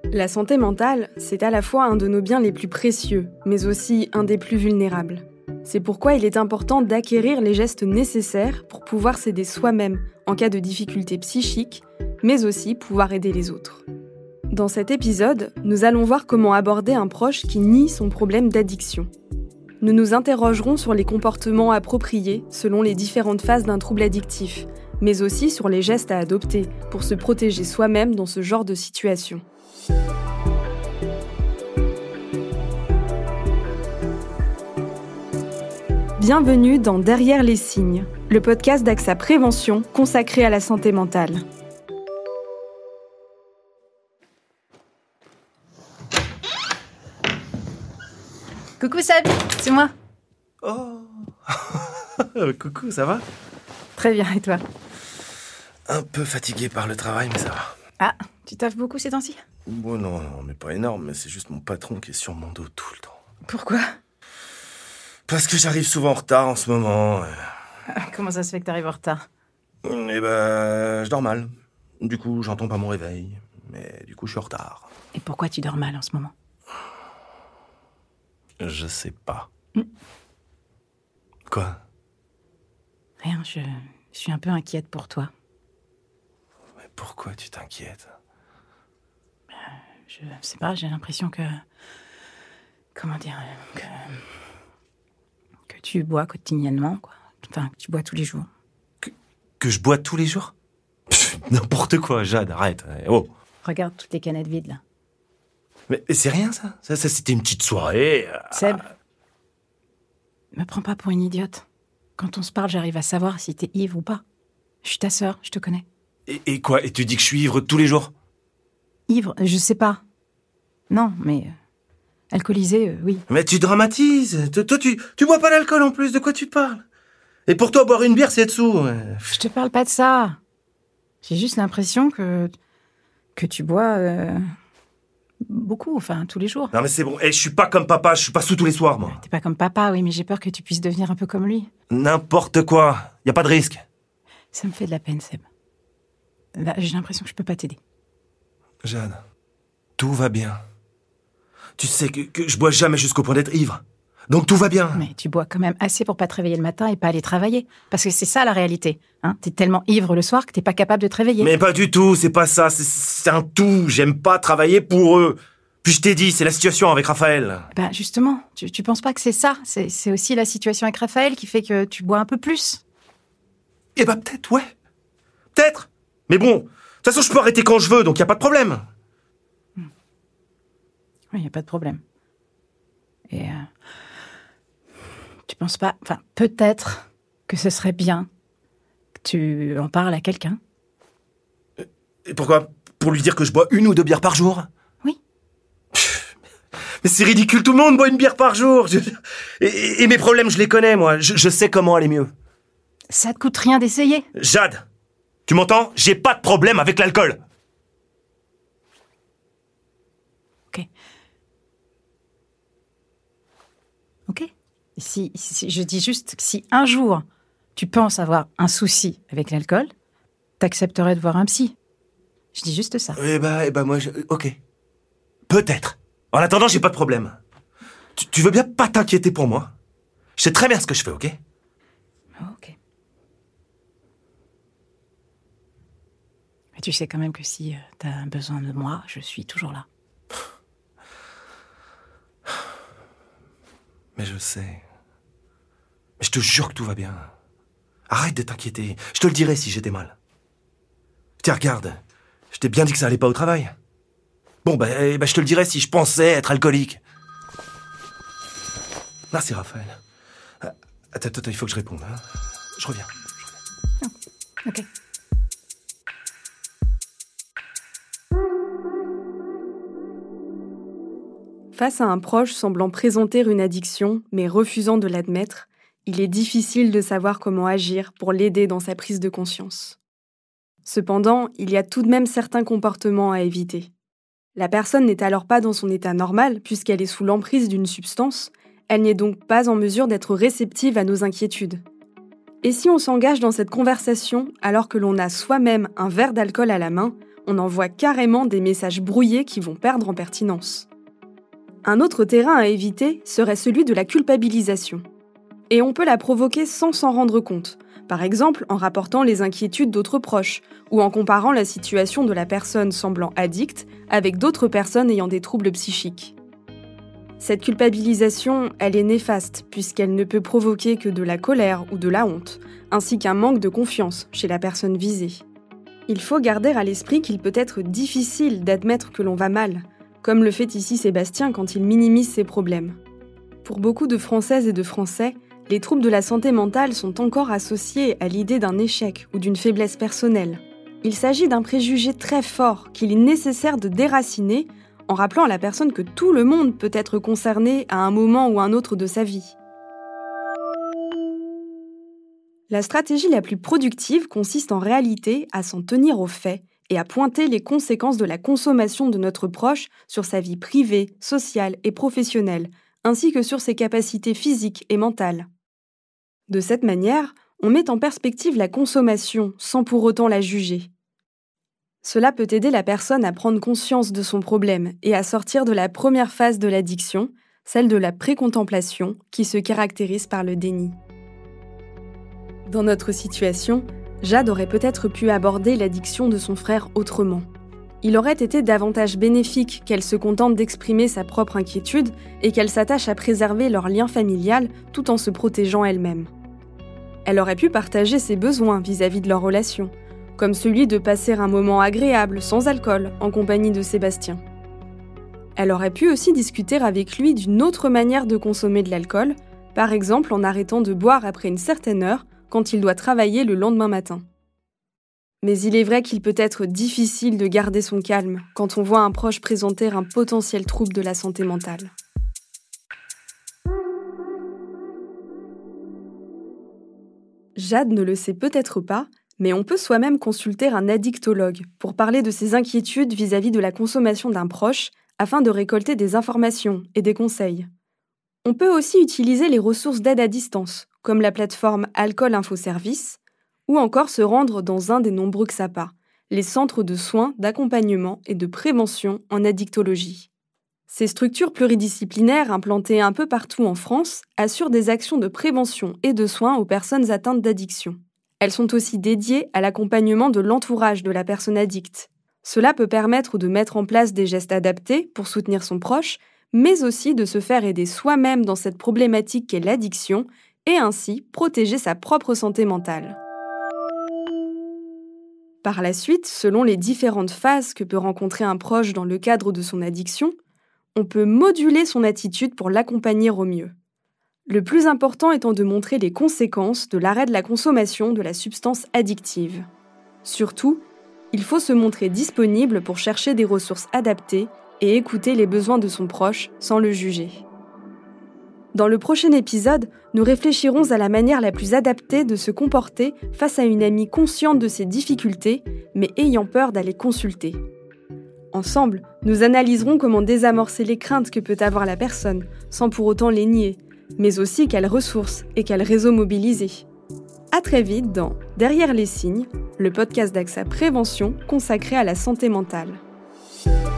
La santé mentale, c'est à la fois un de nos biens les plus précieux, mais aussi un des plus vulnérables. C'est pourquoi il est important d'acquérir les gestes nécessaires pour pouvoir s'aider soi-même en cas de difficultés psychiques, mais aussi pouvoir aider les autres. Dans cet épisode, nous allons voir comment aborder un proche qui nie son problème d'addiction. Nous nous interrogerons sur les comportements appropriés selon les différentes phases d'un trouble addictif, mais aussi sur les gestes à adopter pour se protéger soi-même dans ce genre de situation. Bienvenue dans Derrière les signes, le podcast d'AXA Prévention consacré à la santé mentale. Coucou Seb, c'est moi. Oh. Coucou, ça va? Très bien, et toi? Un peu fatigué par le travail, mais ça va. Ah, tu taffes beaucoup ces temps-ci? Bon, non, mais pas énorme, mais c'est juste mon patron qui est sur mon dos tout le temps. Pourquoi? Parce que j'arrive souvent en retard en ce moment. Comment ça se fait que t'arrives en retard? Et je dors mal. Du coup, j'entends pas mon réveil. Mais du coup, je suis en retard. Et pourquoi tu dors mal en ce moment? Je sais pas. Quoi? Rien, je suis un peu inquiète pour toi. Mais pourquoi tu t'inquiètes? Je sais pas, j'ai l'impression que... Comment dire... Que tu bois quotidiennement, quoi. Enfin, que tu bois tous les jours. Que je bois tous les jours? N'importe quoi, Jade, arrête. Oh. Regarde toutes les canettes vides, là. Mais c'est rien, ça. Ça, c'était une petite soirée. Seb, me prends pas pour une idiote. Quand on se parle, j'arrive à savoir si t'es ivre ou pas. Je suis ta sœur, je te connais. Et quoi? Et tu dis que je suis ivre tous les jours? Ivre, je sais pas. Non, mais... alcoolisé, oui. Mais tu dramatises. Toi, tu bois pas l'alcool en plus. De quoi tu parles? Et pour toi, boire une bière, c'est être sourd. Je te parle pas de ça. J'ai juste l'impression que tu bois beaucoup, enfin, tous les jours. Non mais c'est bon. Je suis pas comme papa. Je suis pas sous tous les soirs, moi. T'es pas comme papa, oui, mais j'ai peur que tu puisses devenir un peu comme lui. N'importe quoi. Y a pas de risque. Ça me fait de la peine, Seb. Là, j'ai l'impression que je peux pas t'aider. Jade, tout va bien. Tu sais que je bois jamais jusqu'au point d'être ivre. Donc tout va bien. Mais tu bois quand même assez pour pas te réveiller le matin et pas aller travailler. Parce que c'est ça la réalité. Hein, t'es tellement ivre le soir que t'es pas capable de te réveiller. Mais pas du tout, c'est pas ça. C'est un tout. J'aime pas travailler pour eux. Puis je t'ai dit, c'est la situation avec Raphaël. Ben justement, tu penses pas que c'est ça? C'est aussi la situation avec Raphaël qui fait que tu bois un peu plus. Eh ben peut-être, ouais. Peut-être. Mais bon, de toute façon, je peux arrêter quand je veux, donc y a pas de problème. Oui, y a pas de problème. Et tu penses pas... Enfin, peut-être que ce serait bien que tu en parles à quelqu'un. Et pourquoi? Pour lui dire que je bois 1 ou 2 bières par jour? Oui. Mais c'est ridicule, tout le monde boit 1 bière par jour. Et mes problèmes, je les connais, moi. Je sais comment aller mieux. Ça te coûte rien d'essayer. Jade, tu m'entends? J'ai pas de problème avec l'alcool. Ok. Si je dis juste que si un jour tu penses avoir un souci avec l'alcool, t'accepterais de voir un psy. Je dis juste ça. Eh ben moi, ok. Peut-être. En attendant, j'ai pas de problème. Tu veux bien pas t'inquiéter pour moi? Je sais très bien ce que je fais, ok? Ok. Mais tu sais quand même que si t'as besoin de moi, je suis toujours là. Mais je sais. Mais je te jure que tout va bien. Arrête de t'inquiéter. Je te le dirai si j'étais mal. Tiens, regarde. Je t'ai bien dit que ça allait pas au travail. Bon, je te le dirai si je pensais être alcoolique. Là, c'est Raphaël. Attends, il faut que je réponde. Hein. Je reviens. Ok. Face à un proche semblant présenter une addiction, mais refusant de l'admettre, il est difficile de savoir comment agir pour l'aider dans sa prise de conscience. Cependant, il y a tout de même certains comportements à éviter. La personne n'est alors pas dans son état normal puisqu'elle est sous l'emprise d'une substance, elle n'est donc pas en mesure d'être réceptive à nos inquiétudes. Et si on s'engage dans cette conversation alors que l'on a soi-même un verre d'alcool à la main, on envoie carrément des messages brouillés qui vont perdre en pertinence. Un autre terrain à éviter serait celui de la culpabilisation. Et on peut la provoquer sans s'en rendre compte, par exemple en rapportant les inquiétudes d'autres proches ou en comparant la situation de la personne semblant addicte avec d'autres personnes ayant des troubles psychiques. Cette culpabilisation, elle est néfaste puisqu'elle ne peut provoquer que de la colère ou de la honte, ainsi qu'un manque de confiance chez la personne visée. Il faut garder à l'esprit qu'il peut être difficile d'admettre que l'on va mal, comme le fait ici Sébastien quand il minimise ses problèmes. Pour beaucoup de Françaises et de Français, les troubles de la santé mentale sont encore associés à l'idée d'un échec ou d'une faiblesse personnelle. Il s'agit d'un préjugé très fort qu'il est nécessaire de déraciner en rappelant à la personne que tout le monde peut être concerné à un moment ou un autre de sa vie. La stratégie la plus productive consiste en réalité à s'en tenir aux faits et à pointer les conséquences de la consommation de notre proche sur sa vie privée, sociale et professionnelle, ainsi que sur ses capacités physiques et mentales. De cette manière, on met en perspective la consommation sans pour autant la juger. Cela peut aider la personne à prendre conscience de son problème et à sortir de la première phase de l'addiction, celle de la précontemplation, qui se caractérise par le déni. Dans notre situation, Jade aurait peut-être pu aborder l'addiction de son frère autrement. Il aurait été davantage bénéfique qu'elle se contente d'exprimer sa propre inquiétude et qu'elle s'attache à préserver leur lien familial tout en se protégeant elle-même. Elle aurait pu partager ses besoins vis-à-vis de leur relation, comme celui de passer un moment agréable sans alcool en compagnie de Sébastien. Elle aurait pu aussi discuter avec lui d'une autre manière de consommer de l'alcool, par exemple en arrêtant de boire après une certaine heure quand il doit travailler le lendemain matin. Mais il est vrai qu'il peut être difficile de garder son calme quand on voit un proche présenter un potentiel trouble de la santé mentale. Jade ne le sait peut-être pas, mais on peut soi-même consulter un addictologue pour parler de ses inquiétudes vis-à-vis de la consommation d'un proche afin de récolter des informations et des conseils. On peut aussi utiliser les ressources d'aide à distance, comme la plateforme Alcool Info Service, ou encore se rendre dans un des nombreux CSAPA, les centres de soins, d'accompagnement et de prévention en addictologie. Ces structures pluridisciplinaires implantées un peu partout en France assurent des actions de prévention et de soins aux personnes atteintes d'addiction. Elles sont aussi dédiées à l'accompagnement de l'entourage de la personne addicte. Cela peut permettre de mettre en place des gestes adaptés pour soutenir son proche, mais aussi de se faire aider soi-même dans cette problématique qu'est l'addiction et ainsi protéger sa propre santé mentale. Par la suite, selon les différentes phases que peut rencontrer un proche dans le cadre de son addiction, on peut moduler son attitude pour l'accompagner au mieux. Le plus important étant de montrer les conséquences de l'arrêt de la consommation de la substance addictive. Surtout, il faut se montrer disponible pour chercher des ressources adaptées et écouter les besoins de son proche sans le juger. Dans le prochain épisode, nous réfléchirons à la manière la plus adaptée de se comporter face à une amie consciente de ses difficultés, mais ayant peur d'aller consulter. Ensemble, nous analyserons comment désamorcer les craintes que peut avoir la personne, sans pour autant les nier, mais aussi quelles ressources et quels réseaux mobiliser. À très vite dans Derrière les signes, le podcast d'AXA Prévention consacré à la santé mentale.